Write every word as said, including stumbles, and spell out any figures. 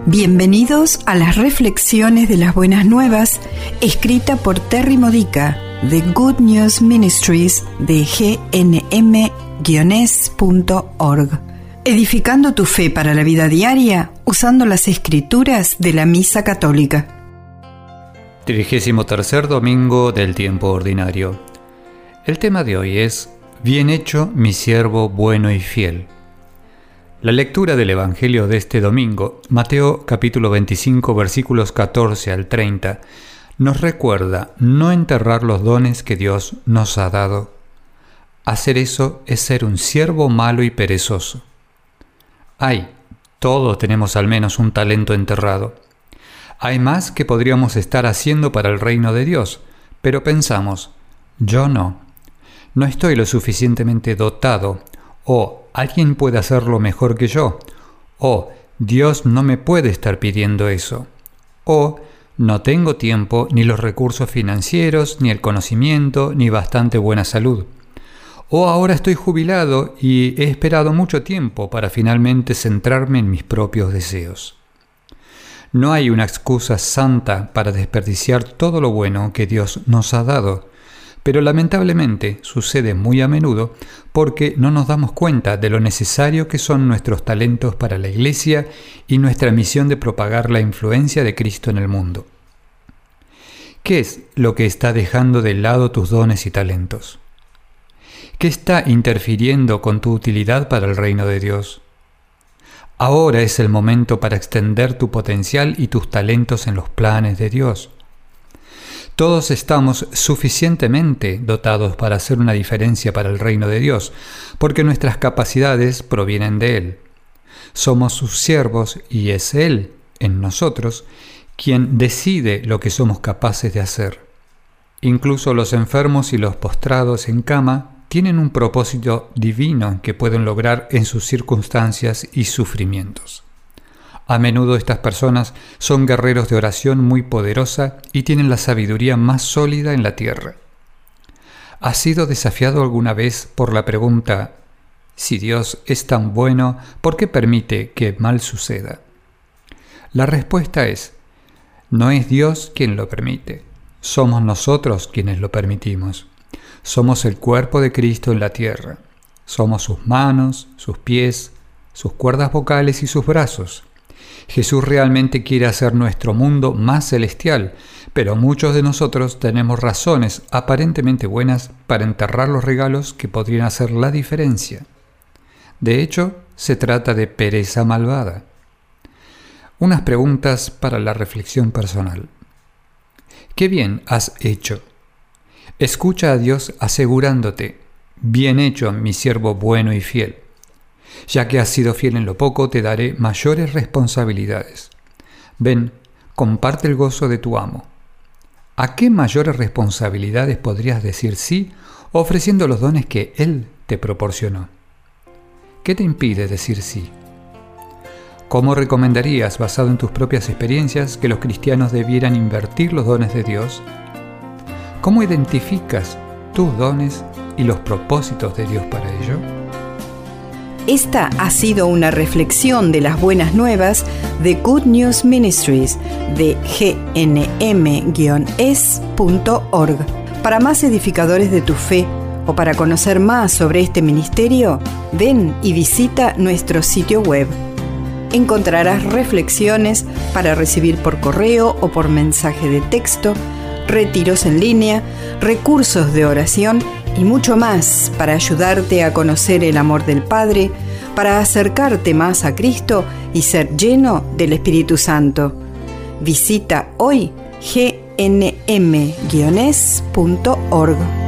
Bienvenidos a las reflexiones de las buenas nuevas, escrita por Terry Modica, de Good News Ministries de G N M S punto org. Edificando tu fe para la vida diaria, usando las escrituras de la Misa Católica. Trigésimo tercer domingo del tiempo ordinario. El tema de hoy es: Bien hecho, mi siervo bueno y fiel. La lectura del Evangelio de este domingo, Mateo capítulo veinticinco, versículos catorce al treinta, nos recuerda no enterrar los dones que Dios nos ha dado. Hacer eso es ser un siervo malo y perezoso. Ay, todos tenemos al menos un talento enterrado. Hay más que podríamos estar haciendo para el reino de Dios, pero pensamos, yo no. No estoy lo suficientemente dotado, o alguien puede hacerlo mejor que yo, o Dios no me puede estar pidiendo eso, o no tengo tiempo, ni los recursos financieros, ni el conocimiento, ni bastante buena salud, o ahora estoy jubilado y he esperado mucho tiempo para finalmente centrarme en mis propios deseos. No hay una excusa santa para desperdiciar todo lo bueno que Dios nos ha dado, pero lamentablemente sucede muy a menudo porque no nos damos cuenta de lo necesario que son nuestros talentos para la Iglesia y nuestra misión de propagar la influencia de Cristo en el mundo. ¿Qué es lo que está dejando de lado tus dones y talentos? ¿Qué está interfiriendo con tu utilidad para el reino de Dios? Ahora es el momento para extender tu potencial y tus talentos en los planes de Dios. Todos estamos suficientemente dotados para hacer una diferencia para el reino de Dios, porque nuestras capacidades provienen de Él. Somos sus siervos y es Él, en nosotros, quien decide lo que somos capaces de hacer. Incluso los enfermos y los postrados en cama tienen un propósito divino que pueden lograr en sus circunstancias y sufrimientos. A menudo estas personas son guerreros de oración muy poderosa y tienen la sabiduría más sólida en la tierra. ¿Has sido desafiado alguna vez por la pregunta: si Dios es tan bueno, ¿por qué permite que mal suceda? La respuesta es: no es Dios quien lo permite, somos nosotros quienes lo permitimos. Somos el cuerpo de Cristo en la tierra. Somos sus manos, sus pies, sus cuerdas vocales y sus brazos. Jesús realmente quiere hacer nuestro mundo más celestial, pero muchos de nosotros tenemos razones aparentemente buenas para enterrar los regalos que podrían hacer la diferencia. De hecho, se trata de pereza malvada. Unas preguntas para la reflexión personal. ¿Qué bien has hecho? Escucha a Dios asegurándote: bien hecho, mi siervo bueno y fiel. Ya que has sido fiel en lo poco, te daré mayores responsabilidades. Ven, comparte el gozo de tu amo. ¿A qué mayores responsabilidades podrías decir sí ofreciendo los dones que Él te proporcionó? ¿Qué te impide decir sí? ¿Cómo recomendarías, basado en tus propias experiencias, que los cristianos debieran invertir los dones de Dios? ¿Cómo identificas tus dones y los propósitos de Dios para ello? Esta ha sido una reflexión de las buenas nuevas de Good News Ministries de G N M S punto org. Para más edificadores de tu fe o para conocer más sobre este ministerio, ven y visita nuestro sitio web. Encontrarás reflexiones para recibir por correo o por mensaje de texto, retiros en línea, recursos de oración y mucho más para ayudarte a conocer el amor del Padre, para acercarte más a Cristo y ser lleno del Espíritu Santo. Visita hoy G N M S punto org.